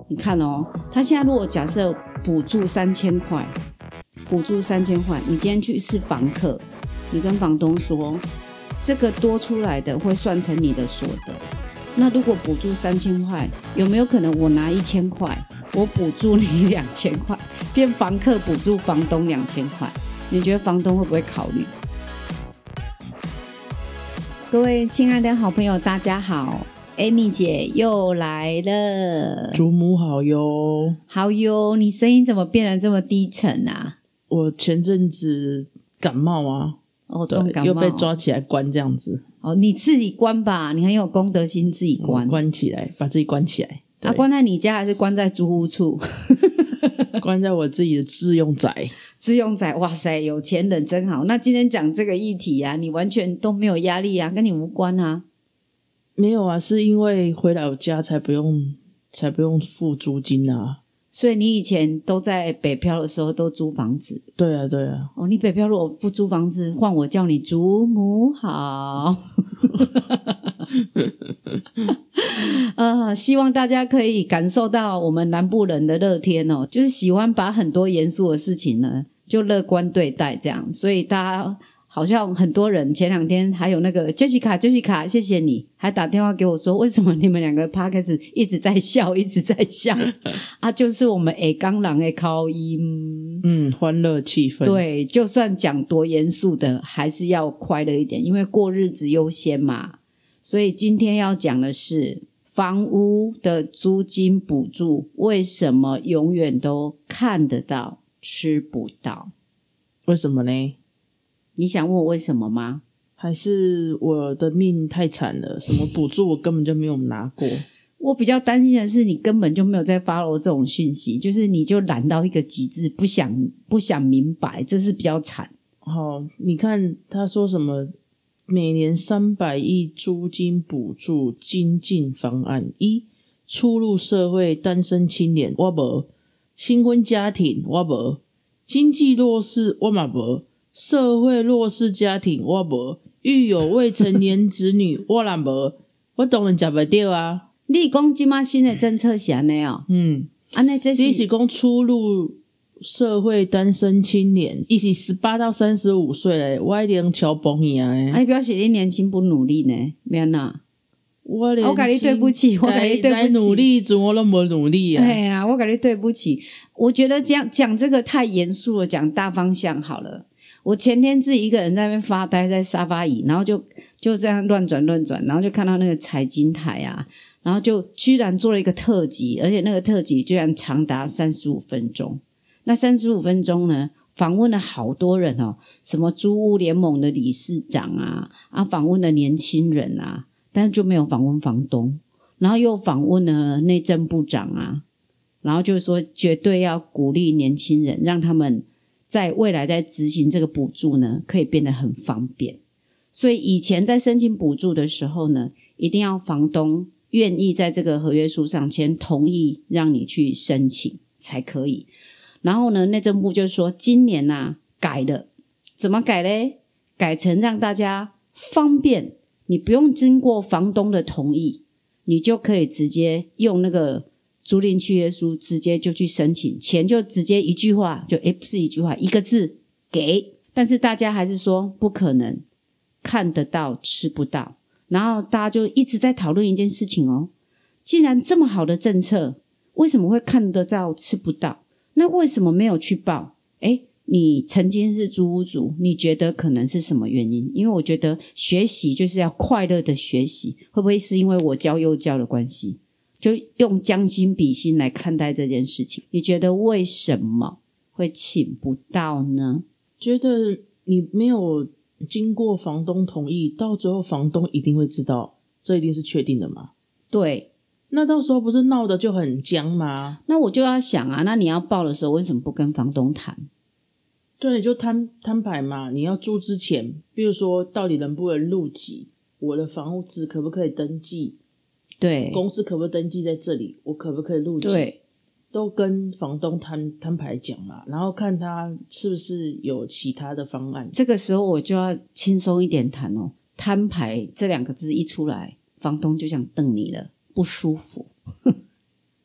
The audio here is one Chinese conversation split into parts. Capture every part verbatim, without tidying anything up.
你看哦，他现在如果假设补助三千块，补助三千块，你今天去是房客，你跟房东说，这个多出来的会算成你的所得。那如果补助三千块，有没有可能我拿一千块，我补助你两千块，变房客补助房东两千块？你觉得房东会不会考虑？各位亲爱的好朋友，大家好。Amy 姐又来了， 祖母好哟。 好哟，你声音怎么变得这么低沉啊？ 我前阵子感冒啊， 哦，重感冒又被抓起来关这样子。 哦，你自己关吧，你很有公德心，自己关， 嗯、关起来，把自己关起来。 啊，关在你家还是关在租屋处？ 关在我自己的自用宅。 自用宅，哇塞，有钱人真好。那今天讲这个议题啊，你完全都没有压力啊，跟你无关啊。 没有啊，是因为回老家才不用才不用付租金啊。 所以你以前都在北漂的时候都租房子？ 对啊对啊。 哦，你北漂如果不租房子，换我叫你祖母好。呃，希望大家可以感受到我们南部人的乐天哦，就是喜欢把很多严肃的事情呢就乐观对待这样，所以大家好像很多人前两天还有那个 Jessica Jessica 谢谢你还打电话给我说，为什么你们两个 podcast 一直在笑一直在笑啊，就是我们下港人的口音， 嗯，欢乐气氛。 对，就算讲多严肃的还是要快乐一点，因为过日子优先嘛。所以今天要讲的是房屋的租金补助为什么永远都看得到吃不到？ 为什么呢？ 你想问我为什么吗？ 还是我的命太惨了，什么补助我根本就没有拿过？ 我比较担心的是你根本就没有在 follow 这种讯息，就是你就懒到一个极致，不想不想明白，这是比较惨。 好，你看他说什么每年三百亿租金补助精进方案，一初入社会单身青年我没，新婚家庭我没，经济弱势我嘛没，社会弱势家庭我没，育有未成年子女我也没，我当然吃不到啊。 你说现在新的政策是这样哦？ 嗯， 这样这是你是说初入社会单身青年，他是十八到三十五岁嘞，我一定超崩去啊！ 哎，表示你年轻不努力呢？没哪？ 我连我跟你对不起，我跟你对不起， 努力做我都没努力啊！ 哎呀，我跟你对不起。我觉得讲讲这个太严肃了，讲大方向好了。我前天自己一个人在那边发呆，在沙发椅，然后就就这样乱转乱转，然后就看到那个财经台啊，然后就居然做了一个特辑，而且那个特辑居然长达三十五分钟。那三十五分钟呢，访问了好多人哦，什么租屋联盟的理事长啊，啊，访问了年轻人啊，但是就没有访问房东，然后又访问了内政部长啊，然后就是说绝对要鼓励年轻人，让他们在未来在执行这个补助呢，可以变得很方便。所以以前在申请补助的时候呢，一定要房东愿意在这个合约书上签同意让你去申请才可以。然后呢，内政部就说今年啊改了，怎么改嘞？改成让大家方便，你不用经过房东的同意，你就可以直接用那个租赁契约书直接就去申请，钱就直接一句话，就诶不是一句话，一个字给。但是大家还是说不可能，看得到吃不到。然后大家就一直在讨论一件事情哦，既然这么好的政策，为什么会看得到吃不到？那为什么没有去报？诶，你曾经是租屋族，你觉得可能是什么原因？因为我觉得学习就是要快乐的学习，会不会是因为我教幼教的关系？就用将心比心来看待这件事情，你觉得为什么会请不到呢？ 觉得你没有经过房东同意，到最后房东一定会知道，这一定是确定的嘛？ 对。 那到时候不是闹得就很僵吗？ 那我就要想啊，那你要报的时候为什么不跟房东谈？ 对，你就摊摊牌嘛。你要租之前，比如说到底能不能入籍，我的房子可不可以登记？ 对， 公司可不可以登记在这里？我可不可以入籍？ 对， 都跟房东摊摊牌讲嘛，然后看他是不是有其他的方案。 这个时候我就要轻松一点谈哦。摊牌这两个字一出来，房东就想瞪你了。不舒服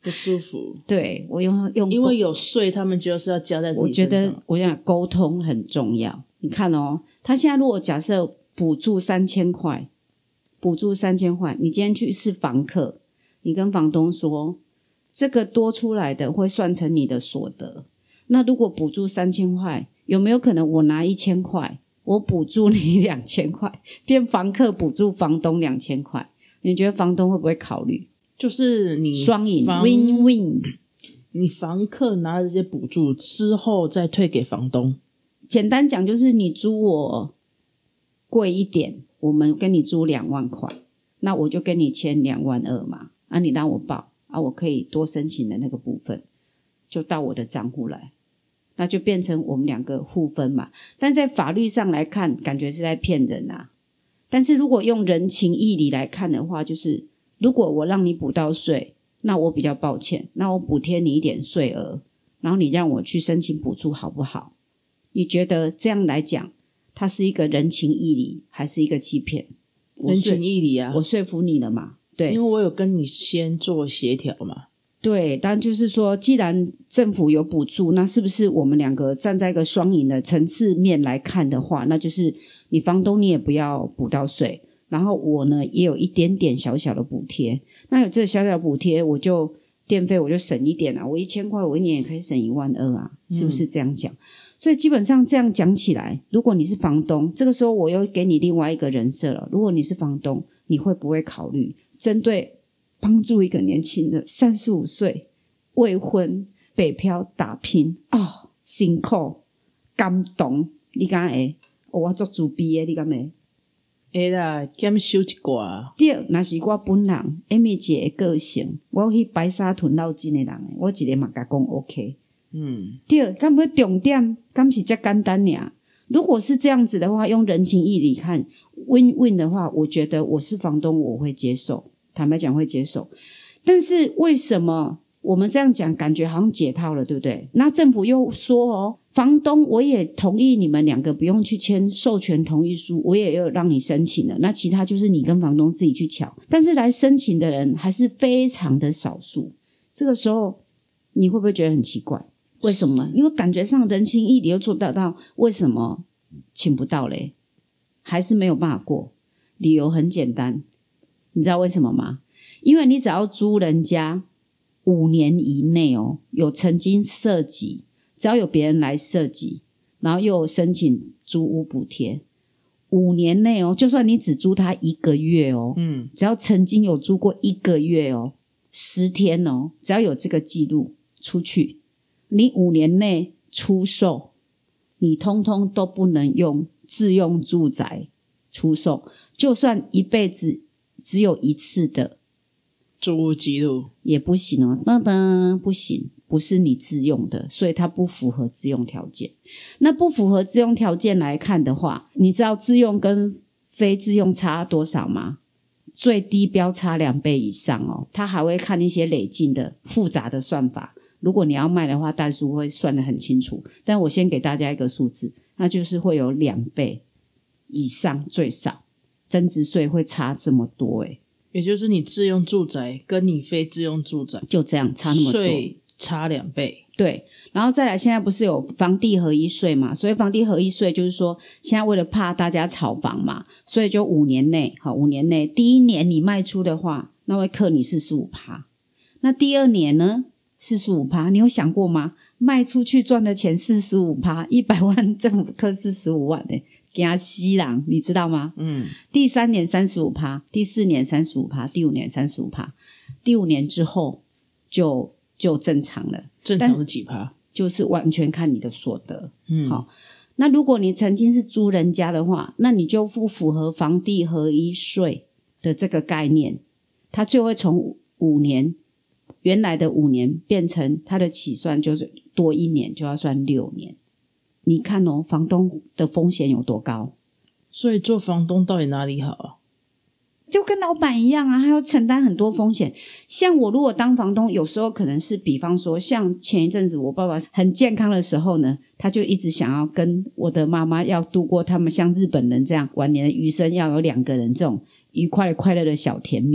不舒服。 对，我用用， 因为有税，他们就是要加在自己我觉身上。 得我想沟通很重要。你看哦，他现在如果假设补助三千块，补助三千块，你今天去是房客，你跟房东说，这个多出来的会算成你的所得。那如果补助三千块，有没有可能我拿一千块，我补助你两千块，变房客补助房东两千块？你觉得房东会不会考虑？ 就是你双赢 ，win win。 你房客拿了这些补助之后再退给房东。 简单讲就是你租我贵一点，我们跟你租两万块，那我就跟你签两万二嘛，啊你让我报啊，我可以多申请的那个部分就到我的账户来，那就变成我们两个互分嘛。但在法律上来看，感觉是在骗人啊。但是如果用人情义理来看的话，就是如果我让你补到税，那我比较抱歉，那我补贴你一点税额，然后你让我去申请补助好不好？你觉得这样来讲，它是一个人情义理还是一个欺骗？ 人情义理啊， 我说服你了嘛？对， 因为我有跟你先做协调嘛。 对，但就是说，既然政府有补助，那是不是我们两个站在一个双赢的层次面来看的话，那就是你房东你也不要补到税，然后我呢也有一点点小小的补贴。那有这个小小的补贴，我就电费我就省一点啊，我一千块我一年也可以省一万二啊，是不是这样讲？嗯，所以基本上这样讲起来，如果你是房东，这个时候我又给你另外一个人设了。如果你是房东，你会不会考虑针对帮助一个年轻人三十五岁未婚北漂打拼哦，辛苦感动，你敢会？哦，我做自闭的，你敢会？ 会啦，减收一寡。 对，若是我本人 Amy 姐的个性，我去白沙屯绕境的人，我一个嘛甲讲 OK。 嗯， 对，敢不重点，敢是这简单尔。如果是这样子的话，用人情义理看 win win 的话，我觉得我是房东，我会接受，坦白讲会接受。但是为什么我们这样讲，感觉好像解套了，对不对？那政府又说哦，房东我也同意你们两个不用去签授权同意书，我也有让你申请了，那其他就是你跟房东自己去瞧。但是来申请的人还是非常的少数，这个时候你会不会觉得很奇怪？为什么？因为感觉上人情义理又做得到，为什么请不到嘞？还是没有办法过？理由很简单，你知道为什么吗？因为你只要租人家五年以内哦，有曾经涉及，只要有别人来涉及，然后又有申请租屋补贴，五年内哦，就算你只租他一个月哦，嗯，只要曾经有租过一个月哦，十天哦，只要有这个记录出去，你五年内出售，你通通都不能用自用住宅出售，就算一辈子只有一次的租屋记录也不行哦，噔噔不行，不是你自用的，所以它不符合自用条件。那不符合自用条件来看的话，你知道自用跟非自用差多少吗？最低标差两倍以上哦，它还会看一些累进的复杂的算法。如果你要卖的话，代书会算得很清楚，但我先给大家一个数字，那就是会有两倍以上最少，增值税会差这么多诶。 也就是你自用住宅跟你非自用住宅就这样差那么多， 税差两倍。 对，然后再来，现在不是有房地合一税嘛？所以房地合一税就是说，现在为了怕大家炒房嘛，所以就五年内，好，五年内第一年你卖出的话，那会课你 百分之四十五。那第二年呢 百分之四十五， 你有想过吗？卖出去赚的钱 百分之四十五， 一百万政府课四十五万诶，惊死人，你知道吗？嗯。第三年 百分之三十五， 第四年 百分之三十五， 第五年 百分之三十五， 第五年之后就就正常了。 正常的几趴？ 就是完全看你的所得。嗯，好。那如果你曾经是租人家的话，那你就不符合房地合一税的这个概念，它就会从五年原来的五年变成它的起算就是多一年就要算六年。你看哦，房东的风险有多高？ 所以做房东到底哪里好啊？ 就跟老板一样啊，他要承担很多风险。像我如果当房东，有时候可能是比方说像前一阵子我爸爸很健康的时候呢，他就一直想要跟我的妈妈要度过他们像日本人这样晚年的余生，要有两个人这种愉快的快乐的小甜蜜。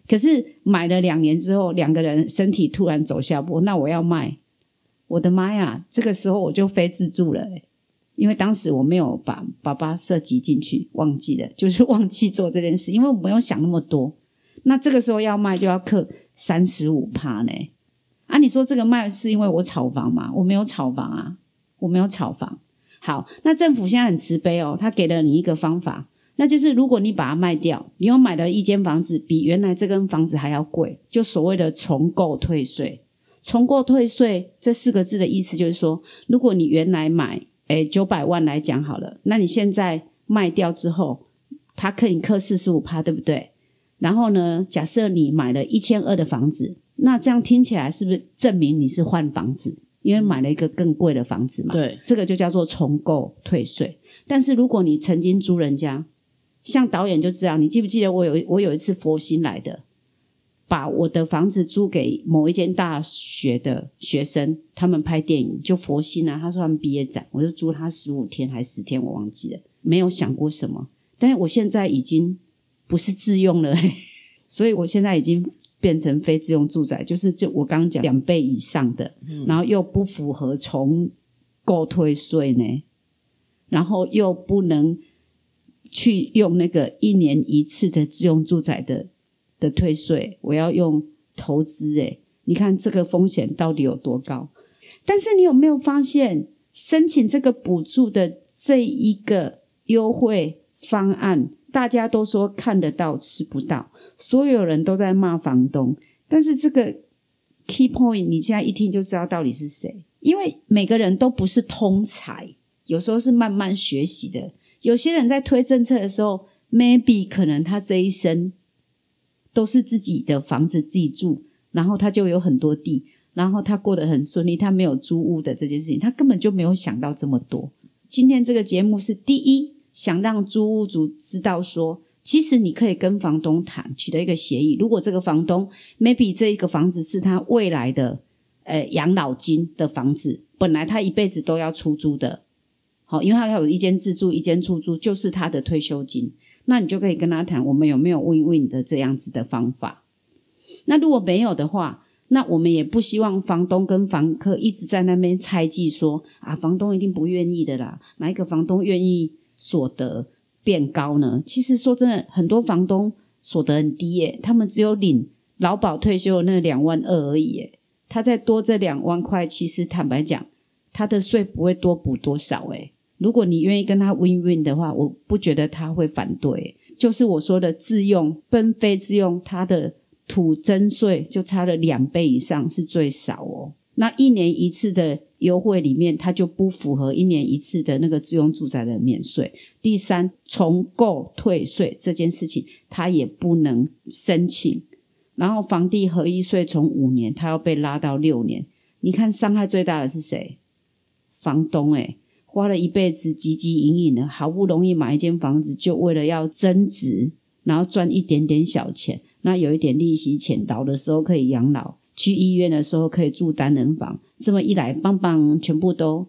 可是买了两年之后，两个人身体突然走下坡，那我要卖，我的妈呀，这个时候我就非自住了、欸、因为当时我没有把爸爸涉及进去，忘记了，就是忘记做这件事，因为我没有想那么多。那这个时候要卖就要克 百分之三十五 呢。啊，你说这个卖是因为我炒房吗？我没有炒房啊，我没有炒房。好，那政府现在很慈悲哦，他给了你一个方法，那就是如果你把它卖掉，你又买了一间房子比原来这间房子还要贵，就所谓的重购退税。重购退税这四个字的意思就是说，如果你原来买诶九百万来讲好了，那你现在卖掉之后，它可以克 百分之四十五 对不对？然后呢，假设你买了一千二百的房子，那这样听起来是不是证明你是换房子？因为买了一个更贵的房子嘛。 对， 这个就叫做重购退税。但是如果你曾经租人家，像导演就知道，你记不记得我有我有一次佛心来的，把我的房子租给某一间大学的学生，他们拍电影就佛心啊，他说他们毕业展，我就租他十五天还十天我忘记了，没有想过什么。但是我现在已经不是自用了、欸、所以我现在已经变成非自用住宅，就是就我刚刚讲两倍以上的、嗯、然后又不符合重购退税呢，然后又不能去用那个一年一次的自用住宅的的退税，我要用投资诶，你看这个风险到底有多高？但是你有没有发现，申请这个补助的这一个优惠方案，大家都说看得到吃不到，所有人都在骂房东，但是这个 key point 你现在一听就知道到底是谁，因为每个人都不是通才，有时候是慢慢学习的。有些人在推政策的时候 maybe 可能他这一生都是自己的房子自己住，然后他就有很多地，然后他过得很顺利，他没有租屋的这件事情，他根本就没有想到这么多。今天这个节目是第一，想让租屋族知道说，其实你可以跟房东谈，取得一个协议，如果这个房东 maybe 这一个房子是他未来的呃养老金的房子，本来他一辈子都要出租的，好，因为他要有一间自住一间出租，就是他的退休金，那你就可以跟他谈我们有没有 win-win 的这样子的方法。那如果没有的话，那我们也不希望房东跟房客一直在那边猜忌说啊，房东一定不愿意的啦，哪一个房东愿意所得变高呢？其实说真的，很多房东所得很低耶，他们只有领劳保退休的那两万二而已耶，他再多这两万块，其实坦白讲他的税不会多补多少耶。如果你愿意跟他 win-win 的话，我不觉得他会反对。就是我说的自用跟非自用，他的土增税就差了两倍以上，是最少哦。那一年一次的优惠里面，它就不符合一年一次的那个自用住宅的免税。第三，重购退税这件事情它也不能申请，然后房地合一税从五年它要被拉到六年。你看伤害最大的是谁？房东耶，花了一辈子汲汲营营的，好不容易买一间房子，就为了要增值，然后赚一点点小钱，那有一点利息钱，老的时候可以养老，去医院的时候可以住单人房，这么一来棒棒全部都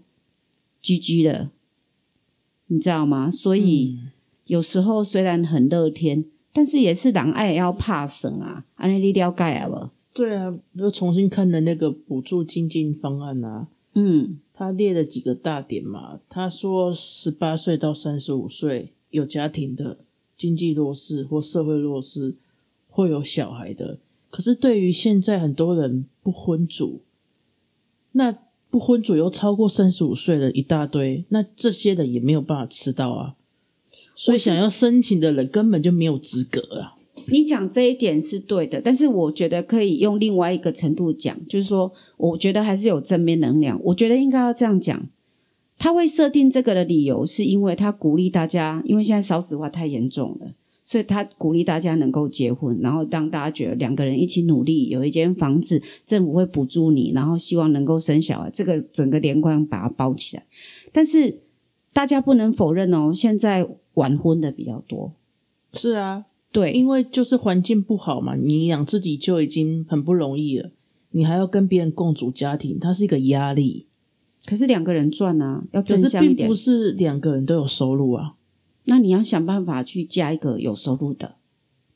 G G 了，你知道吗？所以、嗯、有时候虽然很乐天，但是也是人爱要怕省啊，这样你了解了不？ 对啊，又重新看了那个补助经济方案啊，嗯，他列了几个大点嘛，他说十八岁到三十五岁有家庭的经济弱势或社会弱势会有小孩的，可是对于现在很多人不婚主，那不婚主又超过三十五岁的一大堆，那这些人也没有办法吃到啊，所以想要申请的人根本就没有资格啊。 你讲这一点是对的，但是我觉得可以用另外一个程度讲，就是说我觉得还是有正面能量。我觉得应该要这样讲，他会设定这个的理由是因为他鼓励大家，因为现在少子化太严重了，所以他鼓励大家能够结婚，然后让大家觉得两个人一起努力，有一间房子政府会补助你，然后希望能够生小孩，这个整个连贯把它包起来。但是大家不能否认哦，现在晚婚的比较多。 是啊， 对， 因为就是环境不好嘛，你养自己就已经很不容易了，你还要跟别人共组家庭，它是一个压力。 可是两个人赚啊，要正向一点。 可是并不是两个人都有收入啊， 那你要想办法去加一个有收入的。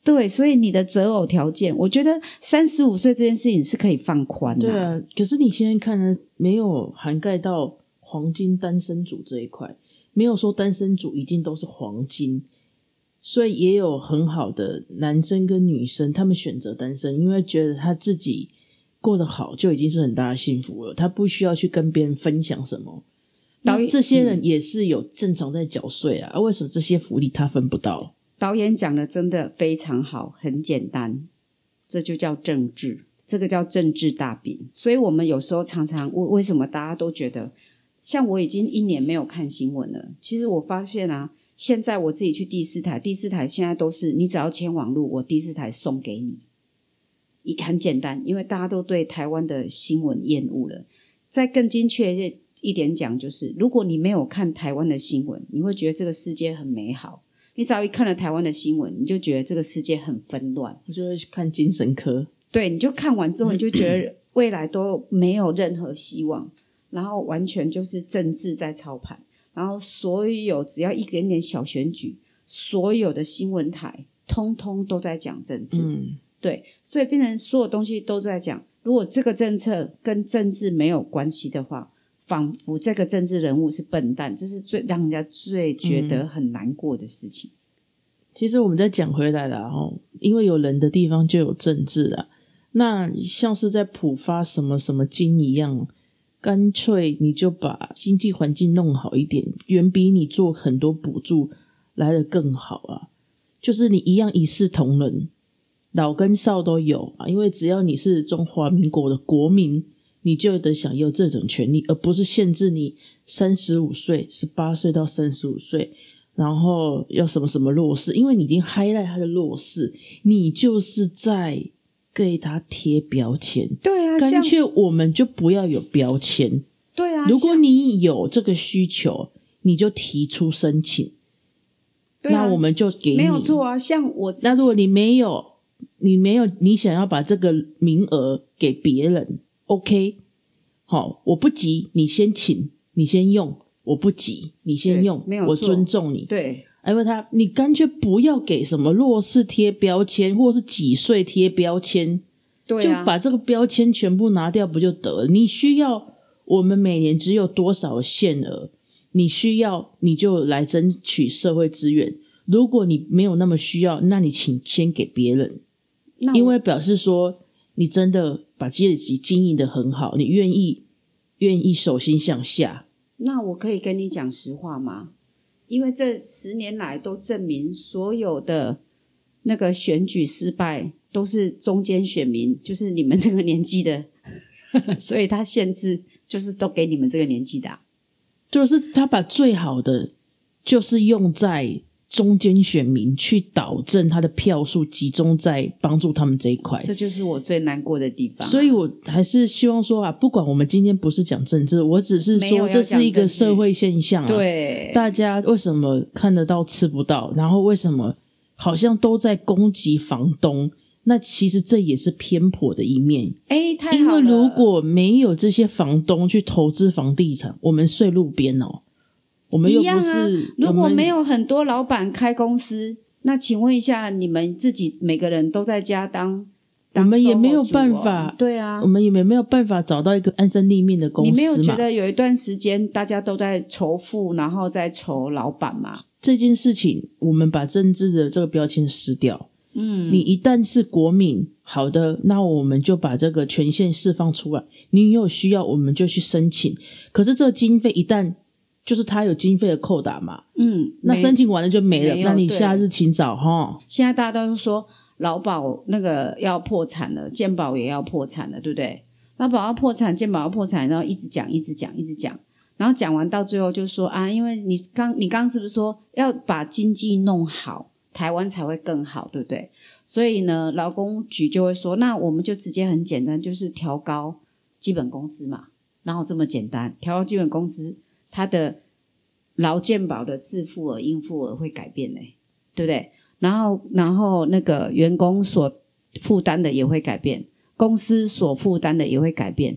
对，所以你的择偶条件，我觉得三十五岁这件事情是可以放宽的。 对啊，可是你现在看呢，没有涵盖到黄金单身族这一块，没有说单身族一定都是黄金，所以也有很好的男生跟女生，他们选择单身，因为觉得他自己过得好就已经是很大的幸福了，他不需要去跟别人分享什么。那这些人也是有正常在缴税啊，啊为什么这些福利他分不到？ 导演讲的真的非常好，很简单，这就叫政治，这个叫政治大饼。所以我们有时候常常为为什么大家都觉得，像我已经一年没有看新闻了，其实我发现啊，现在我自己去第四台，第四台现在都是你只要签网路，我第四台送给你，很简单，因为大家都对台湾的新闻厌恶了。再更精确一点讲，就是如果你没有看台湾的新闻，你会觉得这个世界很美好，你只要一看了台湾的新闻，你就觉得这个世界很纷乱。 我就会去看精神科。 对，你就看完之后，你就觉得未来都没有任何希望，然后完全就是政治在操盘，然后所有只要一点点小选举，所有的新闻台通通都在讲政治。嗯，对，所以变成所有东西都在讲，如果这个政策跟政治没有关系的话，仿佛这个政治人物是笨蛋，这是最让人家最觉得很难过的事情。嗯， 其实我们再讲回来啦，因为有人的地方就有政治啦，那像是在普发什么什么金一样，干脆你就把经济环境弄好一点，远比你做很多补助来得更好啊。就是你一样一视同仁，老跟少都有啊，因为只要你是中华民国的国民，你就得享有这种权利，而不是限制你三十五岁十八岁到三十五岁，然后要什么什么弱势，因为你已经 highlight 他的弱势，你就是在给他贴标签。对啊，干脆我们就不要有标签。对啊，如果你有这个需求，你就提出申请，对啊，那我们就给你。没有错啊，像我自己，那如果你没有你没有你想要把这个名额给别人， OK， 好，我不急，你先请，你先用，我不急，你先用，我尊重你。对，因为他你干脆不要给什么弱势贴标签，或是几岁贴标签。对啊，就把这个标签全部拿掉不就得了？你需要我们每年只有多少限额，你需要你就来争取社会资源，如果你没有那么需要，那你请先给别人，因为表示说你真的把自己经营得很好，你愿意愿意手心向下。那我可以跟你讲实话吗？因为这十年来都证明所有的那个选举失败都是中间选民，就是你们这个年纪的所以他限制就是都给你们这个年纪的、啊、就是他把最好的就是用在中间选民，去导正他的票数集中在帮助他们这一块，这就是我最难过的地方、啊、所以我还是希望说啊，不管我们今天不是讲政治，我只是说这是一个社会现象、啊、对，大家为什么看得到吃不到，然后为什么好像都在攻击房东，那其实这也是偏颇的一面。诶，太好了，因为如果没有这些房东去投资房地产，我们睡路边哦，我们又不是、啊、如果没有很多老板开公司，那请问一下，你们自己每个人都在家当，当、哦、我们也没有办法，对啊，我们也没有办法找到一个安身立命的公司嘛。你没有觉得有一段时间大家都在仇富，然后在仇老板吗？这件事情我们把政治的这个标签撕掉，嗯，你一旦是国民，好的，那我们就把这个权限释放出来，你有需要我们就去申请，可是这个经费一旦就是他有经费的扣打嘛，嗯，那申请完了就没了，没那你下日请早齁。现在大家都说劳保那个要破产了，健保也要破产了，对不对？劳保要破产，健保要破产，然后一直讲一直讲一直讲，然后讲完到最后就说啊，因为你刚你刚刚是不是说要把经济弄好，台湾才会更好，对不对？所以呢，劳工局就会说，那我们就直接很简单，就是调高基本工资嘛，然后这么简单，调高基本工资，它的劳健保的自付额应付额会改变嘞，对不对？然后然后那个员工所负担的也会改变，公司所负担的也会改变，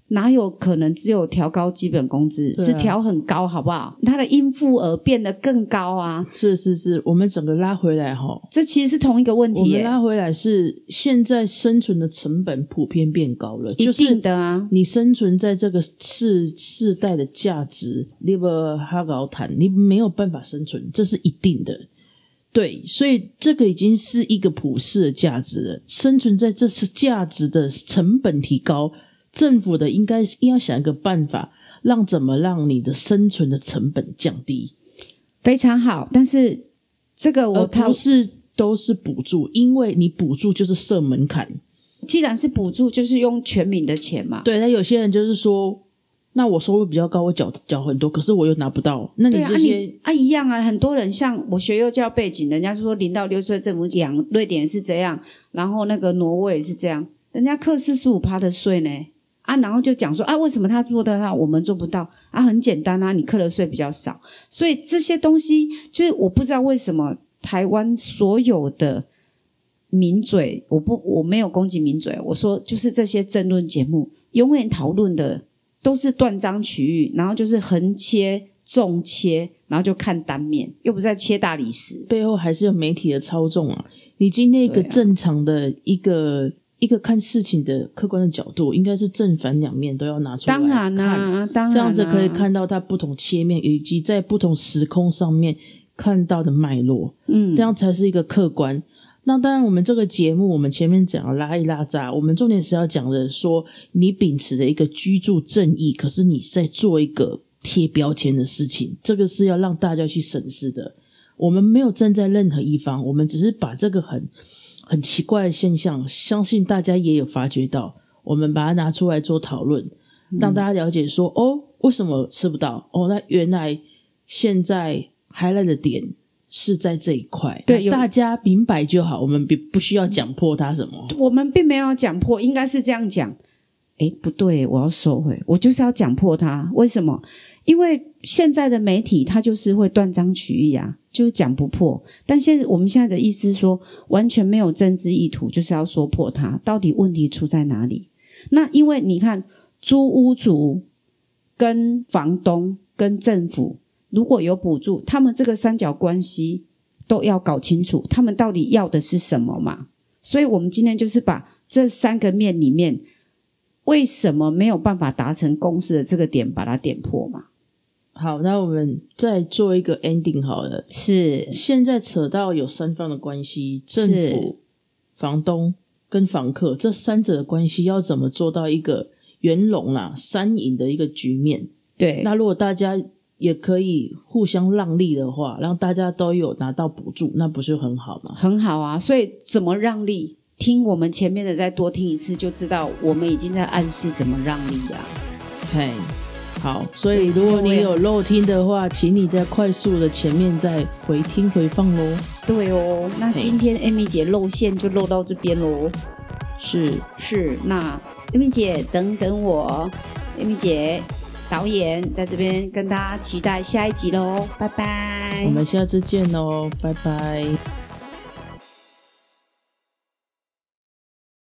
哪有可能只有调高基本工资、啊、是调很高好不好，它的应付额变得更高啊。 是是是，我们整个拉回来齁， 这其实是同一个问题耶。 我们拉回来是现在生存的成本普遍变高了， 一定的啊， 就是你生存在这个世世代的价值你不哈高谈，你没有办法生存，这是一定的。对，所以这个已经是一个普世的价值了，生存在这是价值的成本提高，政府的应该要想一个办法，让怎么让你的生存的成本降低。 非常好，但是这个我而不是都是补助，因为你补助就是设门槛。 既然是补助，就是用全民的钱嘛。 对，那有些人就是说，那我收入比较高，我缴缴很多，可是我又拿不到。那你这些啊, 啊一样啊，很多人像我学幼教背景，人家就说零到六岁政府讲，瑞典是这样，然后那个挪威也是这样，人家课 百分之四十五 的税呢。啊，然后就讲说啊，为什么他做得到，我们做不到啊？很简单啊，你课的税比较少，所以这些东西就是我不知道为什么台湾所有的名嘴，我不我没有攻击名嘴，我说就是这些政论节目永远讨论的都是断章取义，然后就是横切纵切，然后就看单面，又不是在切大理石， 背后还是有媒体的操纵啊。你今天一个正常的一个。一个看事情的客观的角度，应该是正反两面都要拿出来看。 当然啊，当然啊， 这样子可以看到它不同切面，以及在不同时空上面看到的脉络。嗯，这样才是一个客观。那当然，我们这个节目，我们前面讲了拉一拉杂，我们重点是要讲的说，你秉持的一个居住正义，可是你在做一个贴标签的事情，这个是要让大家去审视的。我们没有站在任何一方，我们只是把这个很。很奇怪的现象，相信大家也有发觉到，我们把它拿出来做讨论，让大家了解说、嗯、哦，为什么吃不到？哦，那原来现在highlight的点是在这一块，对，大家明白就好，我们不需要讲破它什么。 我们并没有讲破，应该是这样讲。诶，不对，我要收回，我就是要讲破它。为什么？因为现在的媒体它就是会断章取义啊，就是讲不破。但现在我们现在的意思是说，完全没有政治意图，就是要说破它。到底问题出在哪里？那因为你看，租屋族跟房东跟政府如果有补助，他们这个三角关系都要搞清楚，他们到底要的是什么嘛？所以我们今天就是把这三个面里面，为什么没有办法达成共识的这个点，把它点破嘛。 好，那我们再做一个 ending 好了。 是， 现在扯到有三方的关系，政府、房东跟房客这三者的关系要怎么做到一个圆融啦、三赢的一个局面？ 对， 那如果大家也可以互相让利的话，让大家都有拿到补助，那不是很好吗？ 很好啊，所以怎么让利？听我们前面的再多听一次，就知道我们已经在暗示怎么让利啊。 嘿。好，所以如果你有漏听的话，请你在快速的前面再回听回放咯。 对哦，那今天 Amy 姐露馅就露到这边咯。 是是，那 Amy 姐等等我 ，Amy 姐导演在这边跟大家期待下一集咯，拜拜。 我们下次见咯，拜拜。